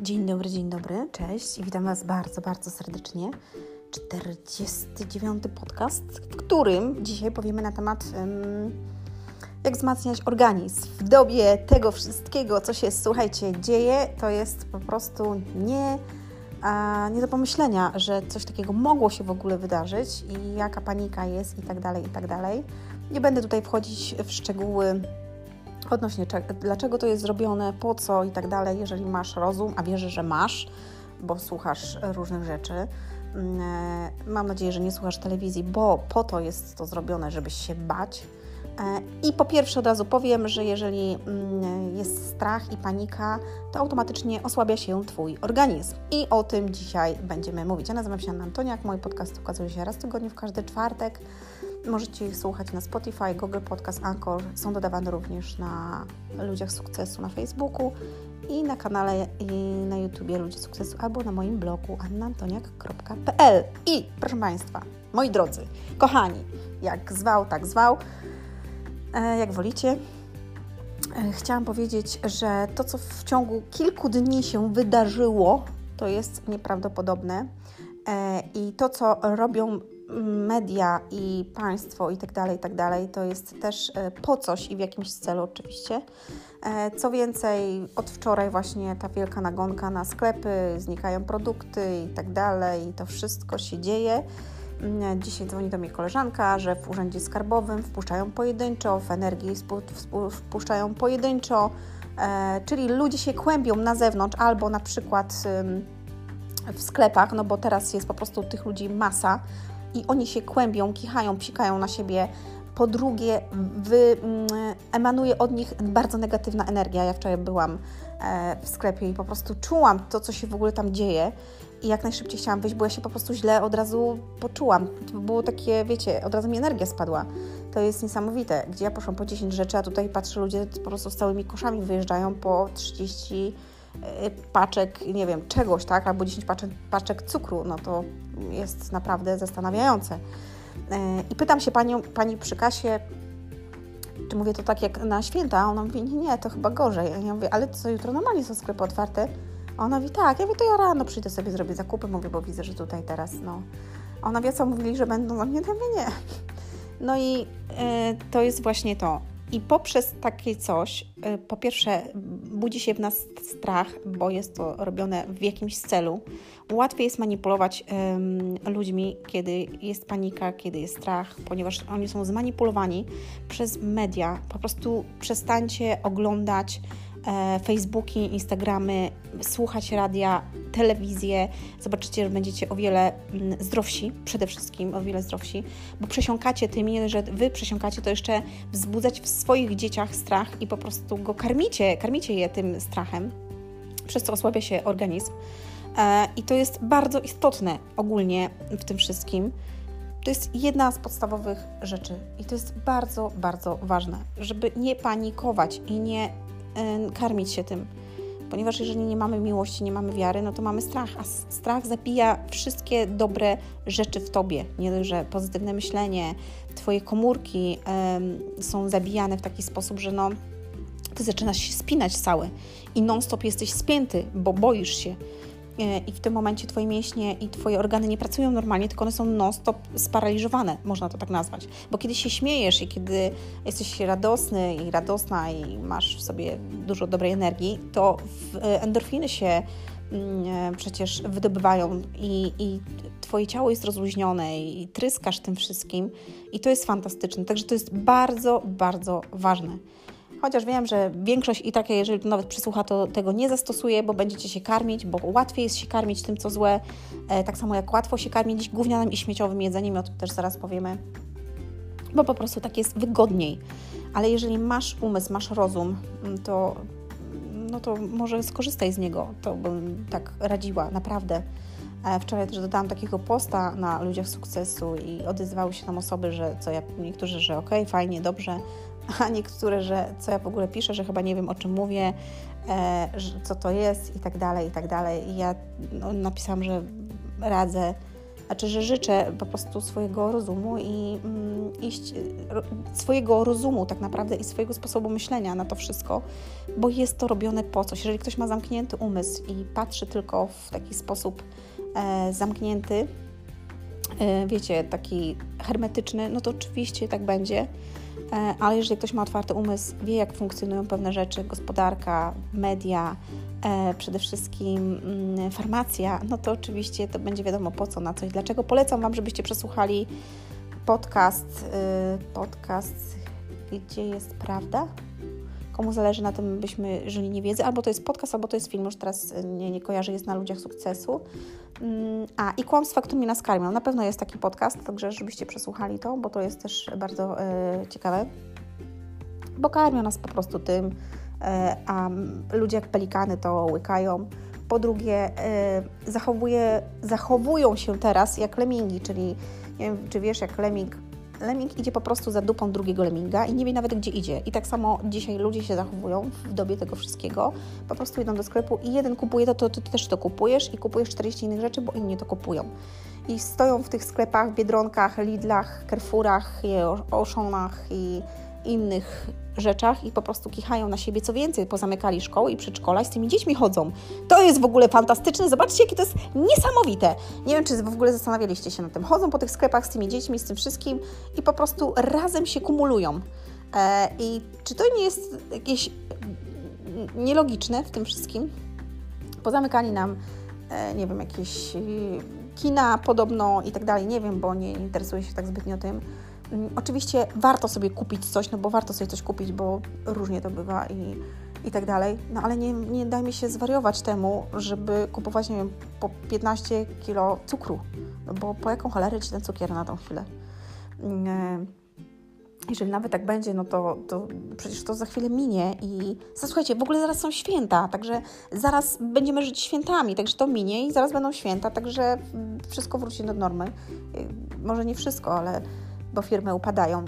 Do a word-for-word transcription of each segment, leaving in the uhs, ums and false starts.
Dzień dobry, dzień dobry, cześć i witam Was bardzo, bardzo serdecznie. czterdziesty dziewiąty podcast, w którym dzisiaj powiemy na temat um, jak wzmacniać organizm. W dobie tego wszystkiego, co się, słuchajcie, dzieje, to jest po prostu nie, a, nie do pomyślenia, że coś takiego mogło się w ogóle wydarzyć i jaka panika jest i tak dalej, i tak dalej. Nie będę tutaj wchodzić w szczegóły odnośnie czego, dlaczego to jest zrobione, po co i tak dalej, jeżeli masz rozum, a wierzę, że masz, bo słuchasz różnych rzeczy. Mam nadzieję, że nie słuchasz telewizji, bo po to jest to zrobione, żebyś się bać. I po pierwsze od razu powiem, że jeżeli jest strach i panika, to automatycznie osłabia się Twój organizm. I o tym dzisiaj będziemy mówić. Ja nazywam się Anna Antoniak, mój podcast ukazuje się raz w tygodniu, w każdy czwartek. Możecie ich słuchać na Spotify, Google Podcast, Anchor. Są dodawane również na Ludziach Sukcesu na Facebooku i na kanale i na YouTubie Ludzie Sukcesu albo na moim blogu anna antoniak kropka p l. I proszę Państwa, moi drodzy, kochani, jak zwał, tak zwał, e, jak wolicie, e, chciałam powiedzieć, że to, co w ciągu kilku dni się wydarzyło, to jest nieprawdopodobne e, i to, co robią media i państwo i tak dalej, i tak dalej, to jest też po coś i w jakimś celu oczywiście. Co więcej, od wczoraj właśnie ta wielka nagonka na sklepy, znikają produkty i tak dalej i to wszystko się dzieje. Dzisiaj dzwoni do mnie koleżanka, że w urzędzie skarbowym wpuszczają pojedynczo, w Energii wpuszczają pojedynczo, czyli ludzie się kłębią na zewnątrz albo na przykład w sklepach, no bo teraz jest po prostu tych ludzi masa, i oni się kłębią, kichają, psikają na siebie. Po drugie, wy, emanuje od nich bardzo negatywna energia. Ja wczoraj byłam w sklepie i po prostu czułam to, co się w ogóle tam dzieje i jak najszybciej chciałam wyjść, bo ja się po prostu źle od razu poczułam. To było takie, wiecie, od razu mi energia spadła. To jest niesamowite. Gdzie ja poszłam po dziesięć rzeczy, a tutaj patrzę, ludzie po prostu z całymi koszami wyjeżdżają po trzydzieści paczek, nie wiem, czegoś, tak, albo dziesięć paczek, paczek cukru, no to jest naprawdę zastanawiające. I pytam się panią, pani przy kasie, czy mówię to tak jak na święta, a ona mówi, nie, nie, to chyba gorzej. A ja mówię, ale co, jutro normalnie są sklepy otwarte? A ona mówi, tak, ja mówię, to ja rano przyjdę sobie, zrobię zakupy, mówię, bo widzę, że tutaj teraz, no. A ona wie, co mówili, że będą zamknięte? Nie, nie. No i y, to jest właśnie to. I poprzez takie coś, po pierwsze, budzi się w nas strach, bo jest to robione w jakimś celu. Łatwiej jest manipulować um, ludźmi, kiedy jest panika, kiedy jest strach, ponieważ oni są zmanipulowani przez media. Po prostu przestańcie oglądać e, Facebooki, Instagramy, słuchać radia, telewizję. Zobaczycie, że będziecie o wiele mm, zdrowsi, przede wszystkim o wiele zdrowsi, bo przesiąkacie tymi, że Wy przesiąkacie, to jeszcze wzbudzać w swoich dzieciach strach i po prostu go karmicie, karmicie je tym strachem, przez co osłabia się organizm. E, I to jest bardzo istotne ogólnie w tym wszystkim. To jest jedna z podstawowych rzeczy i to jest bardzo, bardzo ważne, żeby nie panikować i nie e, karmić się tym. Ponieważ jeżeli nie mamy miłości, nie mamy wiary, no to mamy strach, a strach zabija wszystkie dobre rzeczy w Tobie. Nie dość, że pozytywne myślenie, Twoje komórki y, są zabijane w taki sposób, że no, Ty zaczynasz się spinać cały i non-stop jesteś spięty, bo boisz się. I w tym momencie Twoje mięśnie i Twoje organy nie pracują normalnie, tylko one są non-stop sparaliżowane, można to tak nazwać. Bo kiedy się śmiejesz i kiedy jesteś radosny i radosna i masz w sobie dużo dobrej energii, to endorfiny się mm, przecież wydobywają i, i Twoje ciało jest rozluźnione i tryskasz tym wszystkim i to jest fantastyczne. Także to jest bardzo, bardzo ważne. Chociaż wiem, że większość i takie, jeżeli nawet przysłucha, to tego nie zastosuje, bo będziecie się karmić, bo łatwiej jest się karmić tym, co złe, e, tak samo jak łatwo się karmić gównianym i śmieciowym jedzeniem, o tym też zaraz powiemy, bo po prostu tak jest wygodniej. Ale jeżeli masz umysł, masz rozum, to, no to może skorzystaj z niego, to bym tak radziła, naprawdę. E, wczoraj też dodałam takiego posta na Ludziach Sukcesu i odezwały się tam osoby, że co ja, niektórzy, że okej, okay, fajnie, dobrze, a niektóre, że co ja w ogóle piszę, że chyba nie wiem, o czym mówię, e, że, co to jest i tak dalej, i tak dalej. I ja no, napisałam, że radzę Znaczy, że życzę po prostu swojego rozumu i mm, iść, ro, swojego rozumu tak naprawdę i swojego sposobu myślenia na to wszystko, bo jest to robione po coś. Jeżeli ktoś ma zamknięty umysł i patrzy tylko w taki sposób e, zamknięty, e, wiecie, taki hermetyczny, no to oczywiście tak będzie. Ale jeżeli ktoś ma otwarty umysł, wie jak funkcjonują pewne rzeczy, gospodarka, media, e, przede wszystkim mm, farmacja, no to oczywiście to będzie wiadomo po co, na coś. Dlaczego polecam Wam, żebyście przesłuchali podcast, y, podcast Gdzie jest prawda? Komu zależy na tym, byśmy żyli niewiedzy, albo to jest podcast, albo to jest film, już teraz nie, nie kojarzę, jest na Ludziach Sukcesu. A, i Kłamstwa, którymi nas karmią. Na pewno jest taki podcast, także żebyście przesłuchali to, bo to jest też bardzo e, ciekawe. Bo karmią nas po prostu tym, e, a ludzie jak pelikany to łykają. Po drugie, e, zachowuje, zachowują się teraz jak lemingi, czyli nie wiem, czy wiesz, jak lemming Lemming idzie po prostu za dupą drugiego lemminga i nie wie nawet, gdzie idzie. I tak samo dzisiaj ludzie się zachowują w dobie tego wszystkiego. Po prostu idą do sklepu i jeden kupuje to, to ty też to kupujesz i kupujesz czterdzieści innych rzeczy, bo inni to kupują. I stoją w tych sklepach, Biedronkach, Lidlach, Carrefourach, Auchanach i innych rzeczach i po prostu kichają na siebie. Co więcej, pozamykali szkoły i przedszkola i z tymi dziećmi chodzą. To jest w ogóle fantastyczne. Zobaczcie, jakie to jest niesamowite. Nie wiem, czy w ogóle zastanawialiście się nad tym. Chodzą po tych sklepach z tymi dziećmi, z tym wszystkim i po prostu razem się kumulują. E, I czy to nie jest jakieś nielogiczne w tym wszystkim? Pozamykali nam, e, nie wiem, jakieś kina podobno i tak dalej. Nie wiem, bo nie interesuję się tak zbytnio tym. Oczywiście warto sobie kupić coś, no bo warto sobie coś kupić, bo różnie to bywa i, i tak dalej, no ale nie, nie dajmy się zwariować temu, żeby kupować, nie wiem, po piętnaście kilo cukru, no bo po jaką cholerę Ci ten cukier na tą chwilę? Jeżeli nawet tak będzie, no to, to przecież to za chwilę minie i słuchajcie, w ogóle zaraz są święta, także zaraz będziemy żyć świętami, także to minie i zaraz będą święta, także wszystko wróci do normy. Może nie wszystko, ale bo firmy upadają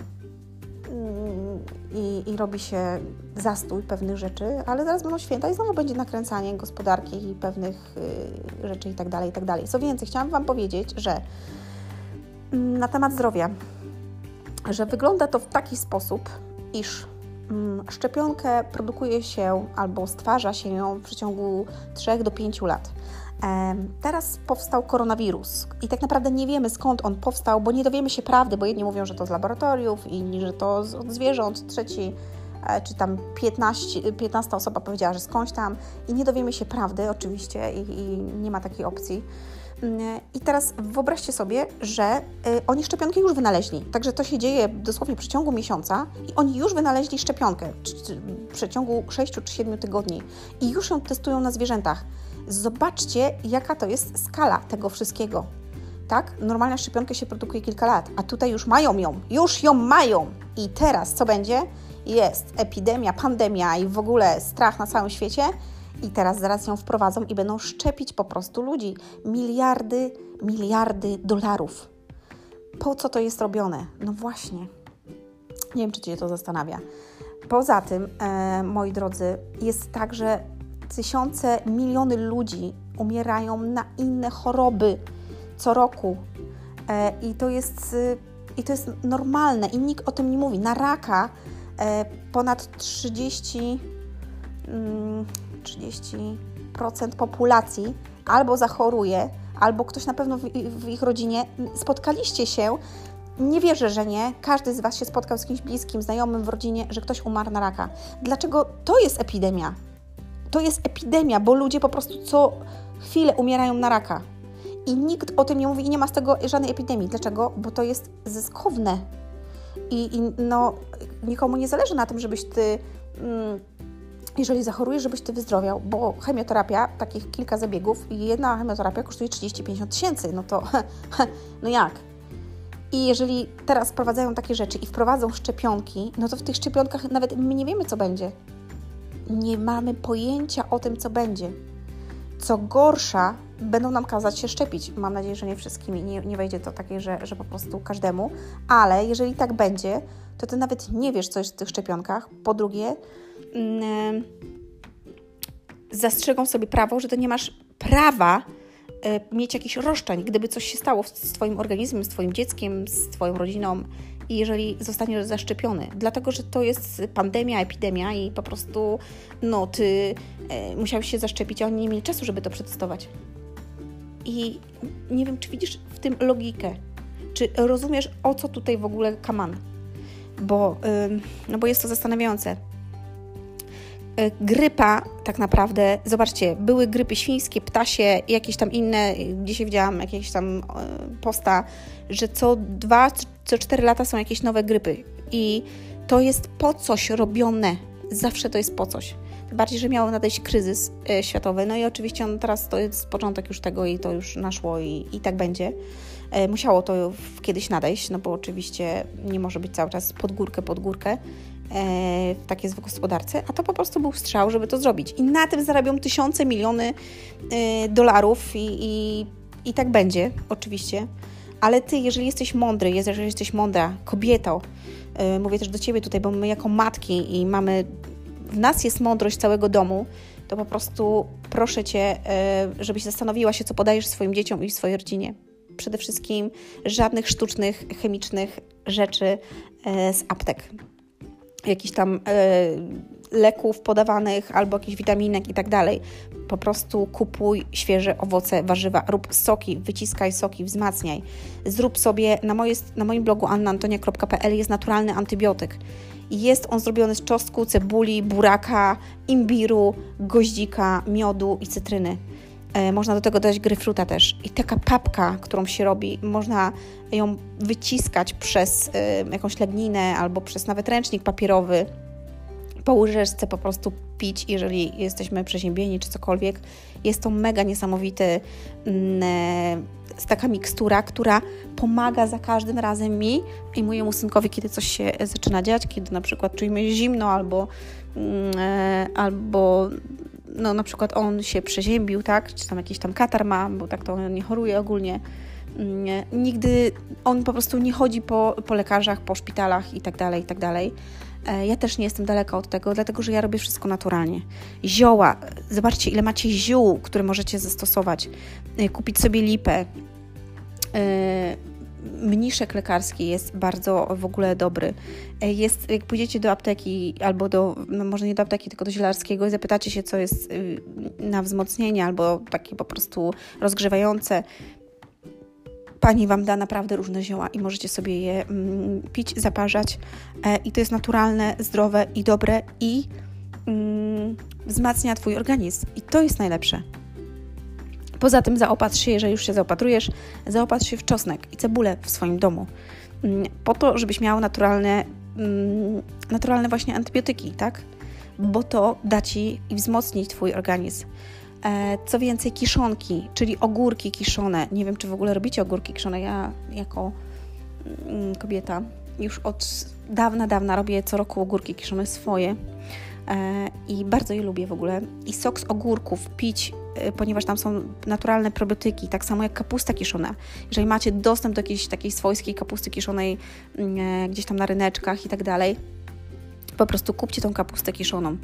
i, i robi się zastój pewnych rzeczy, ale zaraz będą święta i znowu będzie nakręcanie gospodarki i pewnych y, rzeczy i tak dalej, i tak dalej. Co więcej, chciałam Wam powiedzieć, że mm, na temat zdrowia, że wygląda to w taki sposób, iż mm, szczepionkę produkuje się albo stwarza się ją w przeciągu trzech do pięciu lat. Teraz powstał koronawirus i tak naprawdę nie wiemy, skąd on powstał, bo nie dowiemy się prawdy, bo jedni mówią, że to z laboratoriów, inni, że to od zwierząt, trzeci czy tam piętnaście, piętnasta osoba powiedziała, że skądś tam i nie dowiemy się prawdy oczywiście i, i nie ma takiej opcji. I teraz wyobraźcie sobie, że oni szczepionkę już wynaleźli, także to się dzieje dosłownie w przeciągu miesiąca i oni już wynaleźli szczepionkę w przeciągu sześciu czy siedmiu tygodni i już ją testują na zwierzętach. Zobaczcie, jaka to jest skala tego wszystkiego, tak? Normalna szczepionkę się produkuje kilka lat, a tutaj już mają ją, już ją mają. I teraz co będzie? Jest epidemia, pandemia i w ogóle strach na całym świecie i teraz zaraz ją wprowadzą i będą szczepić po prostu ludzi. Miliardy, miliardy dolarów. Po co to jest robione? No właśnie. Nie wiem, czy Cię to zastanawia. Poza tym, e, moi drodzy, jest tak, że tysiące, miliony ludzi umierają na inne choroby co roku e, i, to jest, y, i to jest normalne i nikt o tym nie mówi. Na raka e, ponad trzydzieści procent populacji albo zachoruje, albo ktoś na pewno w, w ich rodzinie. Spotkaliście się, nie wierzę, że nie, każdy z Was się spotkał z kimś bliskim, znajomym w rodzinie, że ktoś umarł na raka. Dlaczego to jest epidemia? To jest epidemia, bo ludzie po prostu co chwilę umierają na raka. I nikt o tym nie mówi i nie ma z tego żadnej epidemii. Dlaczego? Bo to jest zyskowne. I, i no, nikomu nie zależy na tym, żebyś Ty, mm, jeżeli zachorujesz, żebyś Ty wyzdrowiał, bo chemioterapia, takich kilka zabiegów i jedna chemioterapia kosztuje trzydzieści do pięćdziesięciu tysięcy. No to, no jak? I jeżeli teraz wprowadzają takie rzeczy i wprowadzą szczepionki, no to w tych szczepionkach nawet my nie wiemy, co będzie. Nie mamy pojęcia o tym, co będzie. Co gorsza, będą nam kazać się szczepić. Mam nadzieję, że nie wszystkimi, nie, nie wejdzie to takie, że, że po prostu każdemu, ale jeżeli tak będzie, to Ty nawet nie wiesz, co jest w tych szczepionkach. Po drugie, yy, zastrzegą sobie prawo, że Ty nie masz prawa mieć jakiś roszczeń, gdyby coś się stało z Twoim organizmem, z Twoim dzieckiem, z Twoją rodziną i jeżeli zostaniesz zaszczepiony. Dlatego, że to jest pandemia, epidemia i po prostu no, Ty e, musiałeś się zaszczepić, a oni nie mieli czasu, żeby to przetestować. I nie wiem, czy widzisz w tym logikę, czy rozumiesz, o co tutaj w ogóle kaman, bo, yy, no bo jest to zastanawiające. Grypa tak naprawdę, zobaczcie, były grypy świńskie, ptasie, jakieś tam inne, dzisiaj widziałam jakieś tam posta, że co dwa, co cztery lata są jakieś nowe grypy i to jest po coś robione, zawsze to jest po coś. Tym bardziej, że miał nadejść kryzys y, światowy, no i oczywiście on teraz to jest początek już tego i to już naszło i, i tak będzie. Y, musiało to kiedyś nadejść, no bo oczywiście nie może być cały czas pod górkę, pod górkę. E, tak jest w gospodarce, a to po prostu był strzał, żeby to zrobić. I na tym zarabią tysiące, miliony e, dolarów i, i, i tak będzie, oczywiście. Ale Ty, jeżeli jesteś mądry, jeżeli jesteś mądra kobieto, e, mówię też do Ciebie tutaj, bo my jako matki i mamy, w nas jest mądrość całego domu, to po prostu proszę Cię, e, żebyś zastanowiła się, co podajesz swoim dzieciom i swojej rodzinie. Przede wszystkim żadnych sztucznych, chemicznych rzeczy e, z aptek. Jakichś tam e, leków podawanych albo jakichś witaminek i tak dalej. Po prostu kupuj świeże owoce, warzywa, rób soki, wyciskaj soki, wzmacniaj. Zrób sobie, na, moje, na moim blogu anna antonia kropka p l jest naturalny antybiotyk. Jest on zrobiony z czosnku, cebuli, buraka, imbiru, goździka, miodu i cytryny. E, można do tego dodać gryfruta też. I taka papka, którą się robi, można ją wyciskać przez e, jakąś legninę albo przez nawet ręcznik papierowy. Po łyżeczce po prostu pić, jeżeli jesteśmy przeziębieni czy cokolwiek. Jest to mega niesamowity e, taka mikstura, która pomaga za każdym razem mi i mojemu synkowi, kiedy coś się zaczyna dziać, kiedy na przykład czujemy zimno albo e, albo no na przykład on się przeziębił, tak, czy tam jakiś tam katar ma, bo tak to on nie choruje ogólnie. Nie, nigdy on po prostu nie chodzi po, po lekarzach, po szpitalach i tak dalej, i tak dalej. Ja też nie jestem daleka od tego, dlatego że ja robię wszystko naturalnie. Zioła, zobaczcie, ile macie ziół, które możecie zastosować. Kupić sobie lipę. Mniszek lekarski jest bardzo w ogóle dobry. Jest, jak pójdziecie do apteki albo do, no może nie do apteki, tylko do zielarskiego i zapytacie się, co jest na wzmocnienie albo takie po prostu rozgrzewające, Pani Wam da naprawdę różne zioła i możecie sobie je mm, pić, zaparzać e, i to jest naturalne, zdrowe i dobre i mm, wzmacnia Twój organizm i to jest najlepsze. Poza tym zaopatrz się, jeżeli już się zaopatrujesz, zaopatrz się w czosnek i cebulę w swoim domu. Po to, żebyś miał naturalne, naturalne właśnie antybiotyki, tak? Bo to da Ci i wzmocni Twój organizm. Co więcej, kiszonki, czyli ogórki kiszone. Nie wiem, czy w ogóle robicie ogórki kiszone. Ja jako kobieta już od dawna, dawna robię co roku ogórki kiszone swoje. I bardzo je lubię w ogóle. I sok z ogórków pić, ponieważ tam są naturalne probiotyki, tak samo jak kapusta kiszona. Jeżeli macie dostęp do jakiejś takiej swojskiej kapusty kiszonej gdzieś tam na ryneczkach i tak dalej, po prostu kupcie tą kapustę kiszoną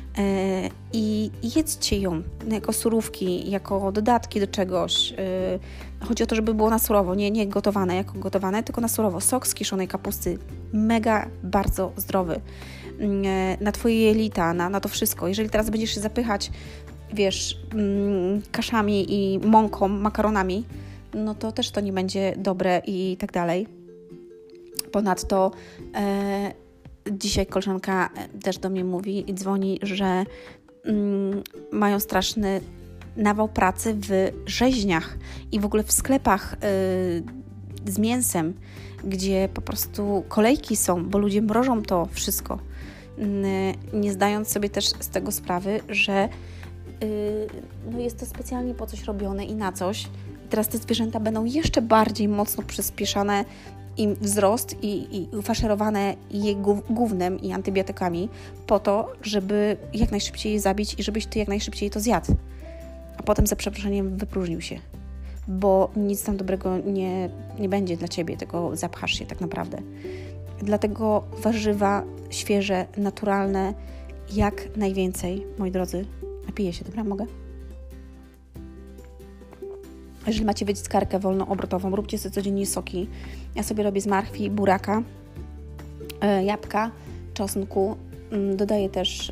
i jedzcie ją jako surówki, jako dodatki do czegoś. Chodzi o to, żeby było na surowo, nie, nie gotowane jako gotowane, tylko na surowo. Sok z kiszonej kapusty, mega, bardzo zdrowy. Na Twoje jelita, na, na to wszystko. Jeżeli teraz będziesz się zapychać, wiesz, kaszami i mąką, makaronami, no to też to nie będzie dobre i tak dalej. Ponadto e, dzisiaj koleżanka też do mnie mówi i dzwoni, że mm, mają straszny nawał pracy w rzeźniach i w ogóle w sklepach y, z mięsem, gdzie po prostu kolejki są, bo ludzie mrożą to wszystko, y, nie zdając sobie też z tego sprawy, że y, no jest to specjalnie po coś robione i na coś. I teraz te zwierzęta będą jeszcze bardziej mocno przyspieszane im wzrost i, i faszerowane je gównem i antybiotykami po to, żeby jak najszybciej je zabić i żebyś Ty jak najszybciej to zjadł. A potem za przeproszeniem wypróżnił się. Bo nic tam dobrego nie, nie będzie dla Ciebie, tylko zapchasz się tak naprawdę. Dlatego warzywa świeże, naturalne, jak najwięcej, moi drodzy. Napiję się, dobra? Mogę? Jeżeli macie wyciskarkę wolnoobrotową, róbcie sobie codziennie soki. Ja sobie robię z marchwi, buraka, yy, jabłka, czosnku. Yy, dodaję też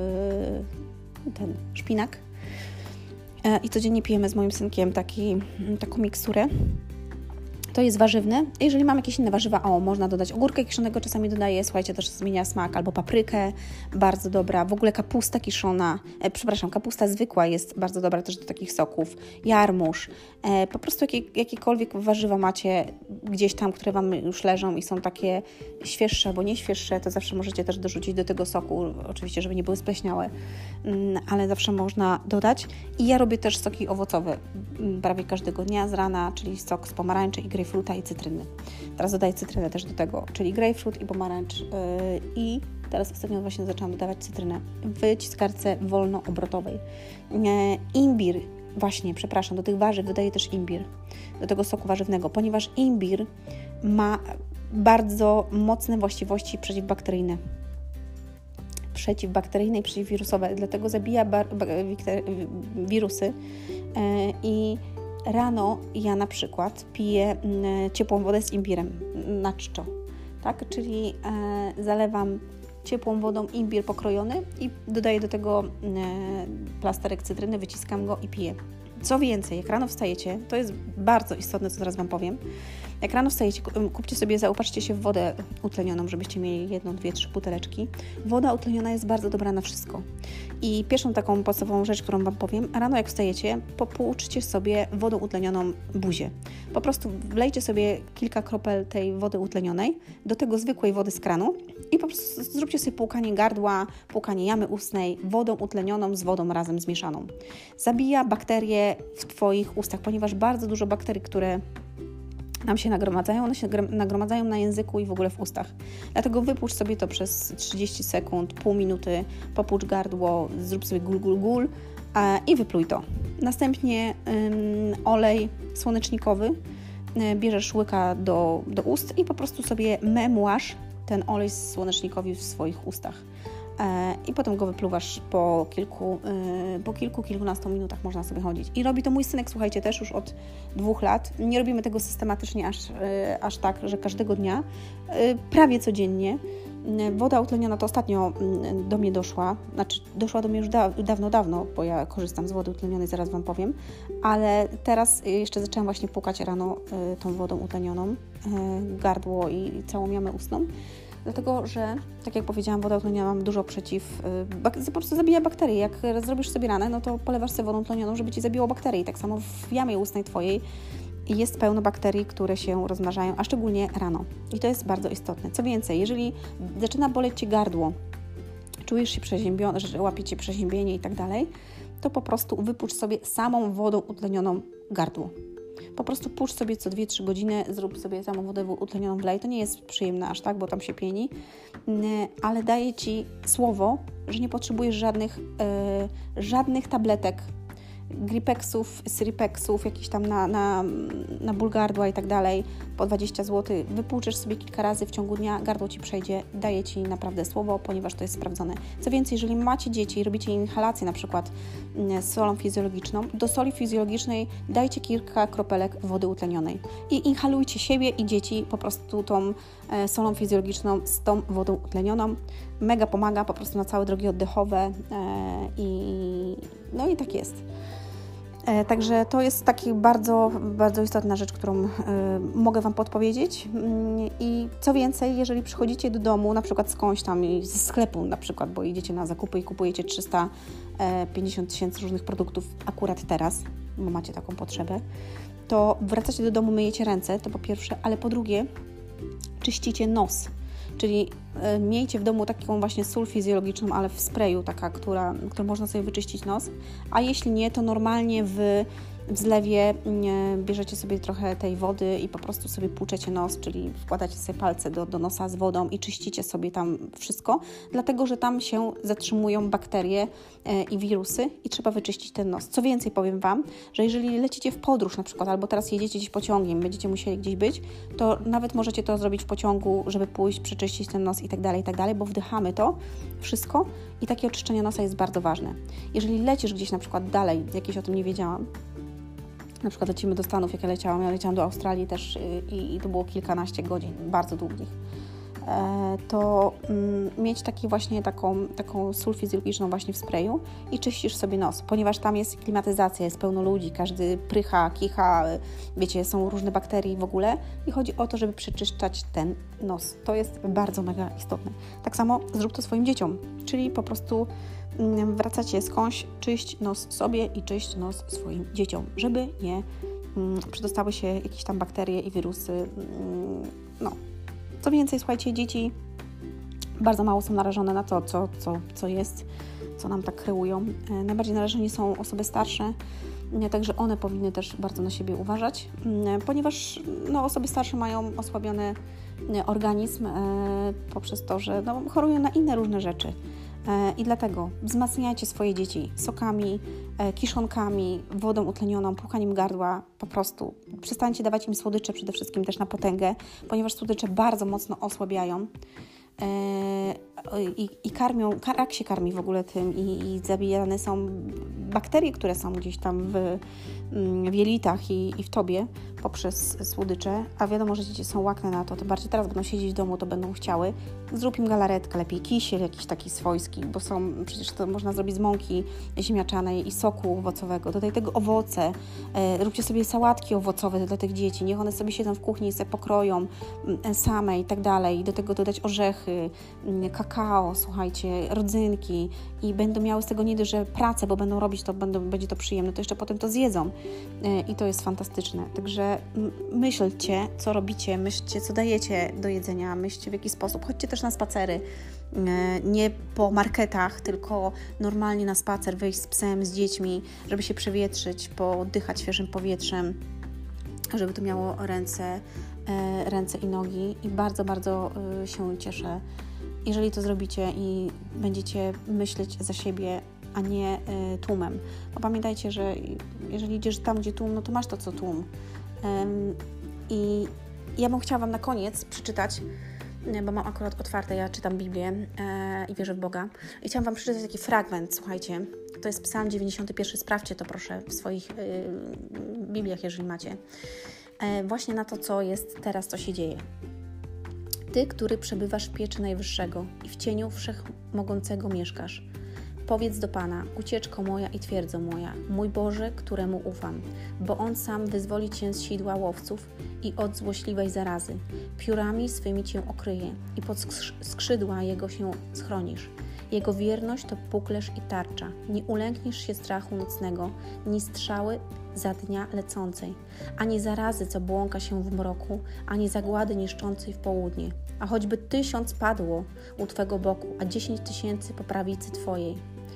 yy, ten szpinak. Yy, I codziennie pijemy z moim synkiem taki, taką miksturę. To jest warzywne. Jeżeli mam jakieś inne warzywa, o, można dodać ogórkę kiszonego, czasami dodaję, słuchajcie, też zmienia smak, albo paprykę, bardzo dobra. W ogóle kapusta kiszona, e, przepraszam, kapusta zwykła jest bardzo dobra też do takich soków. Jarmuż, e, po prostu jakie, jakiekolwiek warzywa macie gdzieś tam, które Wam już leżą i są takie świeższe albo nie świeższe, to zawsze możecie też dorzucić do tego soku, oczywiście, żeby nie były spleśniałe, mm, ale zawsze można dodać. I ja robię też soki owocowe prawie każdego dnia z rana, czyli sok z pomarańczy i grejpfruta i cytryny. Teraz dodaję cytrynę też do tego, czyli grejpfrut i pomarańcz. Yy, I teraz ostatnio właśnie zaczęłam dodawać cytrynę w wyciskarce wolnoobrotowej. Yy, imbir, właśnie, przepraszam, do tych warzyw dodaję też imbir, do tego soku warzywnego, ponieważ imbir ma bardzo mocne właściwości przeciwbakteryjne. Przeciwbakteryjne i przeciwwirusowe, dlatego zabija bar- bar- wirusy yy, i rano ja na przykład piję ciepłą wodę z imbirem na czczo, tak? Czyli e, zalewam ciepłą wodą imbir pokrojony i dodaję do tego e, plasterek cytryny, wyciskam go i piję. Co więcej, jak rano wstajecie, to jest bardzo istotne, co zaraz Wam powiem, jak rano wstajecie, kupcie sobie, zaopatrzcie się w wodę utlenioną, żebyście mieli jedną, dwie, trzy buteleczki. Woda utleniona jest bardzo dobra na wszystko. I pierwszą taką podstawową rzecz, którą Wam powiem, rano jak wstajecie, popłuczcie sobie wodą utlenioną buzię. Po prostu wlejcie sobie kilka kropel tej wody utlenionej do tego zwykłej wody z kranu i po prostu zróbcie sobie płukanie gardła, płukanie jamy ustnej wodą utlenioną z wodą razem zmieszaną. Zabija bakterie w Twoich ustach, ponieważ bardzo dużo bakterii, które nam się nagromadzają, one się nagromadzają na języku i w ogóle w ustach. Dlatego wypłucz sobie to przez trzydzieści sekund, pół minuty, popłucz gardło, zrób sobie gul, gul, gul e, i wypluj to. Następnie ym, olej słonecznikowy, y, bierzesz łyka do, do ust i po prostu sobie memłasz ten olej słonecznikowy w swoich ustach. I potem go wypluwasz po kilku, po kilku, kilkunastu minutach można sobie chodzić. I robi to mój synek, słuchajcie, też już od dwóch lat. Nie robimy tego systematycznie aż, aż tak, że każdego dnia, prawie codziennie. Woda utleniona to ostatnio do mnie doszła, znaczy doszła do mnie już da, dawno, dawno, bo ja korzystam z wody utlenionej, zaraz Wam powiem, ale teraz jeszcze zaczęłam właśnie płukać rano tą wodą utlenioną, gardło i całą jamę ustną. Dlatego, że, tak jak powiedziałam, woda utleniona ma dużo przeciw... Bak- po prostu zabija bakterie. Jak zrobisz sobie ranę, no to polewasz sobie wodą utlenioną, żeby Ci zabiło bakterie. Tak samo w jamie ustnej Twojej jest pełno bakterii, które się rozmnażają, a szczególnie rano. I to jest bardzo istotne. Co więcej, jeżeli zaczyna boleć Cię gardło, czujesz się przeziębiony, że łapie Cię przeziębienie i tak dalej, to po prostu wypucz sobie samą wodą utlenioną gardło. Po prostu puszcz sobie co dwie trzy godziny, zrób sobie samą wodę utlenioną wlej. To nie jest przyjemne aż tak, bo tam się pieni, ale daje Ci słowo, że nie potrzebujesz żadnych, yy, żadnych tabletek, gripexów, syripexów, jakichś tam na, na, na ból gardła i tak dalej, po dwadzieścia złotych. Wypłuczesz sobie kilka razy w ciągu dnia, gardło Ci przejdzie, daje Ci naprawdę słowo, ponieważ to jest sprawdzone. Co więcej, jeżeli macie dzieci i robicie inhalację na przykład z solą fizjologiczną, do soli fizjologicznej dajcie kilka kropelek wody utlenionej i inhalujcie siebie i dzieci po prostu tą solą fizjologiczną z tą wodą utlenioną. Mega pomaga po prostu na całe drogi oddechowe i no i tak jest. Także to jest taka bardzo, bardzo istotna rzecz, którą y, mogę Wam podpowiedzieć. Y, I co więcej, jeżeli przychodzicie do domu, na przykład skądś tam, ze sklepu na przykład, bo idziecie na zakupy i kupujecie trzysta pięćdziesiąt tysięcy różnych produktów akurat teraz, bo macie taką potrzebę, to wracacie do domu, myjecie ręce, to po pierwsze, ale po drugie czyścicie nos. Czyli y, miejcie w domu taką właśnie sól fizjologiczną, ale w sprayu, taka, która, którą można sobie wyczyścić nos, a jeśli nie, to normalnie w, w zlewie y, bierzecie sobie trochę tej wody i po prostu sobie płuczecie nos, czyli wkładacie sobie palce do, do nosa z wodą i czyścicie sobie tam wszystko, dlatego, że tam się zatrzymują bakterie y, i wirusy i trzeba wyczyścić ten nos. Co więcej, powiem Wam, że jeżeli lecicie w podróż na przykład, albo teraz jedziecie gdzieś pociągiem, będziecie musieli gdzieś być, to nawet możecie to zrobić w pociągu, żeby pójść, przeczyścić ten nos i tak dalej, i tak dalej, bo wdychamy to wszystko i takie oczyszczenie nosa jest bardzo ważne. Jeżeli lecisz gdzieś na przykład dalej, jakieś o tym nie wiedziałam, na przykład lecimy do Stanów, jak ja leciałam, ja leciałam do Australii też i, i to było kilkanaście godzin, bardzo długich, to mm, mieć taki właśnie taką, taką sól fizjologiczną właśnie w sprayu i czyścisz sobie nos, ponieważ tam jest klimatyzacja, jest pełno ludzi, każdy prycha, kicha, wiecie, są różne bakterie w ogóle i chodzi o to, żeby przeczyszczać ten nos. To jest bardzo mega istotne. Tak samo zrób to swoim dzieciom, czyli po prostu mm, wracacie skądś, czyść nos sobie i czyść nos swoim dzieciom, żeby nie mm, przedostały się jakieś tam bakterie i wirusy, mm, no. Co więcej, słuchajcie, dzieci bardzo mało są narażone na to, co, co, co jest, co nam tak kreują. Najbardziej narażeni są osoby starsze, także one powinny też bardzo na siebie uważać, ponieważ no, osoby starsze mają osłabiony organizm poprzez to, że no, chorują na inne różne rzeczy. I dlatego wzmacniajcie swoje dzieci sokami, kiszonkami, wodą utlenioną, płukaniem gardła, po prostu. Przestańcie dawać im słodycze przede wszystkim też na potęgę, ponieważ słodycze bardzo mocno osłabiają i, i karmią, rak się karmi w ogóle tym i, i zabijane są bakterie, które są gdzieś tam w, w jelitach i, i w tobie poprzez słodycze, a wiadomo, że dzieci są łakne na to, tym bardziej teraz będą siedzieć w domu, to będą chciały. Zrób im galaretkę, lepiej kisiel jakiś taki swojski, bo są, przecież to można zrobić z mąki ziemniaczanej i soku owocowego, dodaj tego owoce, e, róbcie sobie sałatki owocowe dla tych dzieci, niech one sobie siedzą w kuchni i sobie pokroją m, same i tak dalej, do tego dodać orzechy, m, kakao, słuchajcie, rodzynki i będą miały z tego nie dość, że pracę, bo będą robić to, będą, będzie to przyjemne, to jeszcze potem to zjedzą e, i to jest fantastyczne, także myślcie, co robicie, myślcie, co dajecie do jedzenia, myślcie w jaki sposób, chodźcie też na spacery, nie po marketach, tylko normalnie na spacer, wyjść z psem, z dziećmi, żeby się przewietrzyć, pooddychać świeżym powietrzem, żeby to miało ręce, ręce i nogi i bardzo, bardzo się cieszę, jeżeli to zrobicie i będziecie myśleć za siebie, a nie tłumem. Bo pamiętajcie, że jeżeli idziesz tam, gdzie tłum, no to masz to, co tłum. I ja bym chciała Wam na koniec przeczytać, bo mam akurat otwarte, ja czytam Biblię i wierzę w Boga. I chciałam Wam przeczytać taki fragment, słuchajcie. To jest Psalm dziewięćdziesiąty pierwszy, sprawdźcie to proszę w swoich Bibliach, jeżeli macie. Właśnie na to, co jest teraz, co się dzieje. Ty, który przebywasz w pieczy Najwyższego i w cieniu Wszechmogącego mieszkasz. Powiedz do Pana, ucieczko moja i twierdzo moja, mój Boże, któremu ufam, bo On sam wyzwoli Cię z sidła łowców i od złośliwej zarazy. Piórami swymi Cię okryje i pod skrzydła Jego się schronisz. Jego wierność to puklerz i tarcza. Nie ulękniesz się strachu nocnego, ni strzały za dnia lecącej, ani zarazy, co błąka się w mroku, ani zagłady niszczącej w południe. A choćby tysiąc padło u Twego boku, a dziesięć tysięcy po prawicy Twojej,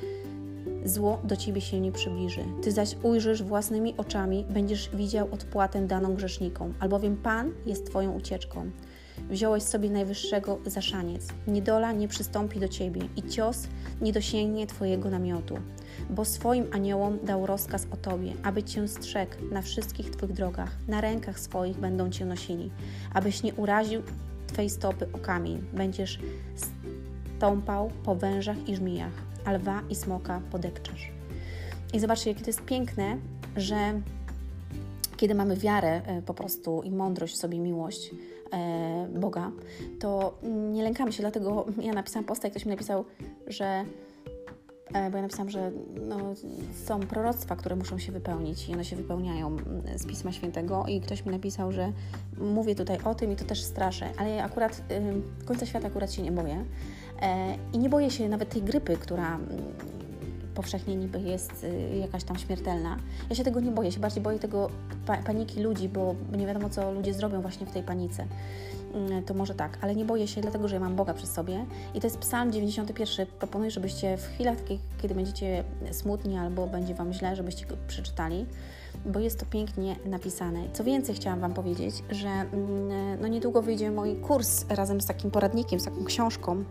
zło do Ciebie się nie przybliży. Ty zaś ujrzysz własnymi oczami, będziesz widział odpłatę daną grzesznikom, albowiem Pan jest Twoją ucieczką. Wziąłeś sobie Najwyższego za szaniec. Niedola nie przystąpi do Ciebie i cios nie dosięgnie Twojego namiotu, bo swoim aniołom dał rozkaz o Tobie, aby Cię strzegł na wszystkich Twych drogach. Na rękach swoich będą Cię nosili, abyś nie uraził Twej stopy o kamień. Będziesz stąpał po wężach i żmijach, a lwa i smoka podepczesz. I zobaczcie, jakie to jest piękne, że kiedy mamy wiarę po prostu i mądrość w sobie, miłość e, Boga, to nie lękamy się, dlatego ja napisałam posta i ktoś mi napisał, że e, bo ja napisałam, że no, są proroctwa, które muszą się wypełnić i one się wypełniają z Pisma Świętego i ktoś mi napisał, że mówię tutaj o tym i to też straszę, ale ja akurat y, końca świata akurat się nie boję e, i nie boję się nawet tej grypy, która powszechnie niby jest jakaś tam śmiertelna. Ja się tego nie boję, się bardziej boję tego pa- paniki ludzi, bo nie wiadomo, co ludzie zrobią właśnie w tej panice. To może tak, ale nie boję się, dlatego że ja mam Boga przy sobie. I to jest Psalm dziewięćdziesiąty pierwszy. Proponuję, żebyście w chwilach takich, kiedy będziecie smutni albo będzie Wam źle, żebyście go przeczytali, bo jest to pięknie napisane. Co więcej, chciałam Wam powiedzieć, że no niedługo wyjdzie mój kurs razem z takim poradnikiem, z taką książką.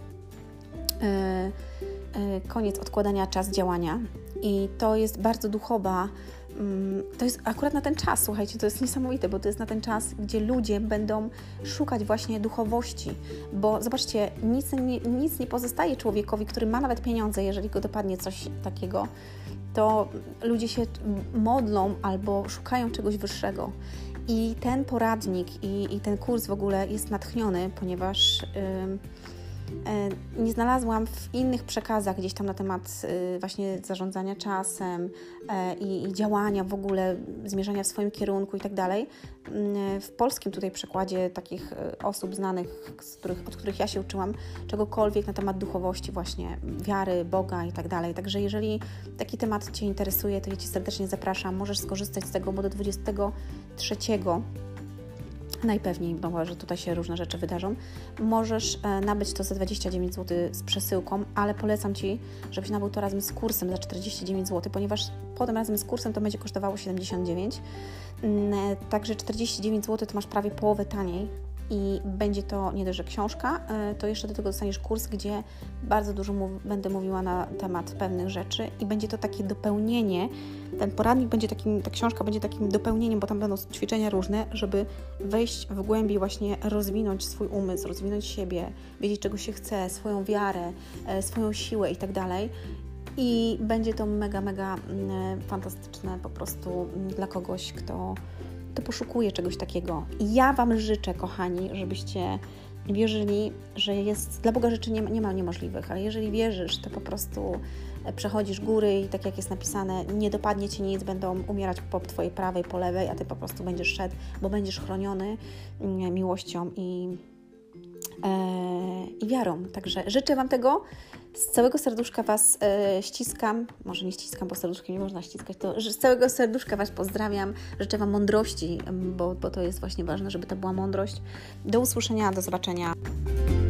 Yy, Koniec odkładania, czas działania i to jest bardzo duchowa To jest akurat na ten czas, słuchajcie, to jest niesamowite, bo to jest na ten czas, gdzie ludzie będą szukać właśnie duchowości, bo zobaczcie, nic nie, nic nie pozostaje człowiekowi, który ma nawet pieniądze, jeżeli go dopadnie coś takiego, to ludzie się modlą albo szukają czegoś wyższego. I ten poradnik i, i ten kurs w ogóle jest natchniony, ponieważ yy, yy, nie znalazłam w innych przekazach gdzieś tam na temat yy, właśnie zarządzania czasem yy, i, i działania w ogóle, zmierzania w swoim kierunku i tak dalej. Yy, w polskim tutaj przekładzie takich yy, osób znanych, z których, od których ja się uczyłam, czegokolwiek na temat duchowości właśnie, wiary, Boga i tak dalej. Także jeżeli taki temat Cię interesuje, to ja Cię serdecznie zapraszam. Możesz skorzystać z tego, bo do dwudziestego trzeciego najpewniej, bo że tutaj się różne rzeczy wydarzą, możesz nabyć to za dwadzieścia dziewięć złotych z przesyłką, ale polecam Ci, żebyś nabył to razem z kursem za czterdzieści dziewięć złotych, ponieważ potem razem z kursem to będzie kosztowało siedemdziesiąt dziewięć złotych, także czterdzieści dziewięć złotych to masz prawie połowę taniej i będzie to nie dość, że książka, to jeszcze do tego dostaniesz kurs, gdzie bardzo dużo mów- będę mówiła na temat pewnych rzeczy i będzie to takie dopełnienie. Ten poradnik będzie takim, ta książka będzie takim dopełnieniem, bo tam będą ćwiczenia różne, żeby wejść w głębi, właśnie rozwinąć swój umysł, rozwinąć siebie, wiedzieć czego się chce, swoją wiarę, swoją siłę i tak dalej. I będzie to mega, mega fantastyczne po prostu dla kogoś, kto to poszukuje czegoś takiego. I ja Wam życzę, kochani, żebyście wierzyli, że jest, dla Boga rzeczy nie ma, nie ma niemożliwych, ale jeżeli wierzysz, to po prostu przechodzisz góry i tak jak jest napisane, nie dopadnie Cię nic, będą umierać po Twojej prawej, po lewej, a Ty po prostu będziesz szedł, bo będziesz chroniony miłością i, e, i wiarą. Także życzę Wam tego. Z całego serduszka Was e, ściskam, może nie ściskam, bo serduszkiem nie można ściskać, to z całego serduszka Was pozdrawiam, życzę Wam mądrości, bo, bo to jest właśnie ważne, żeby to była mądrość. Do usłyszenia, do zobaczenia.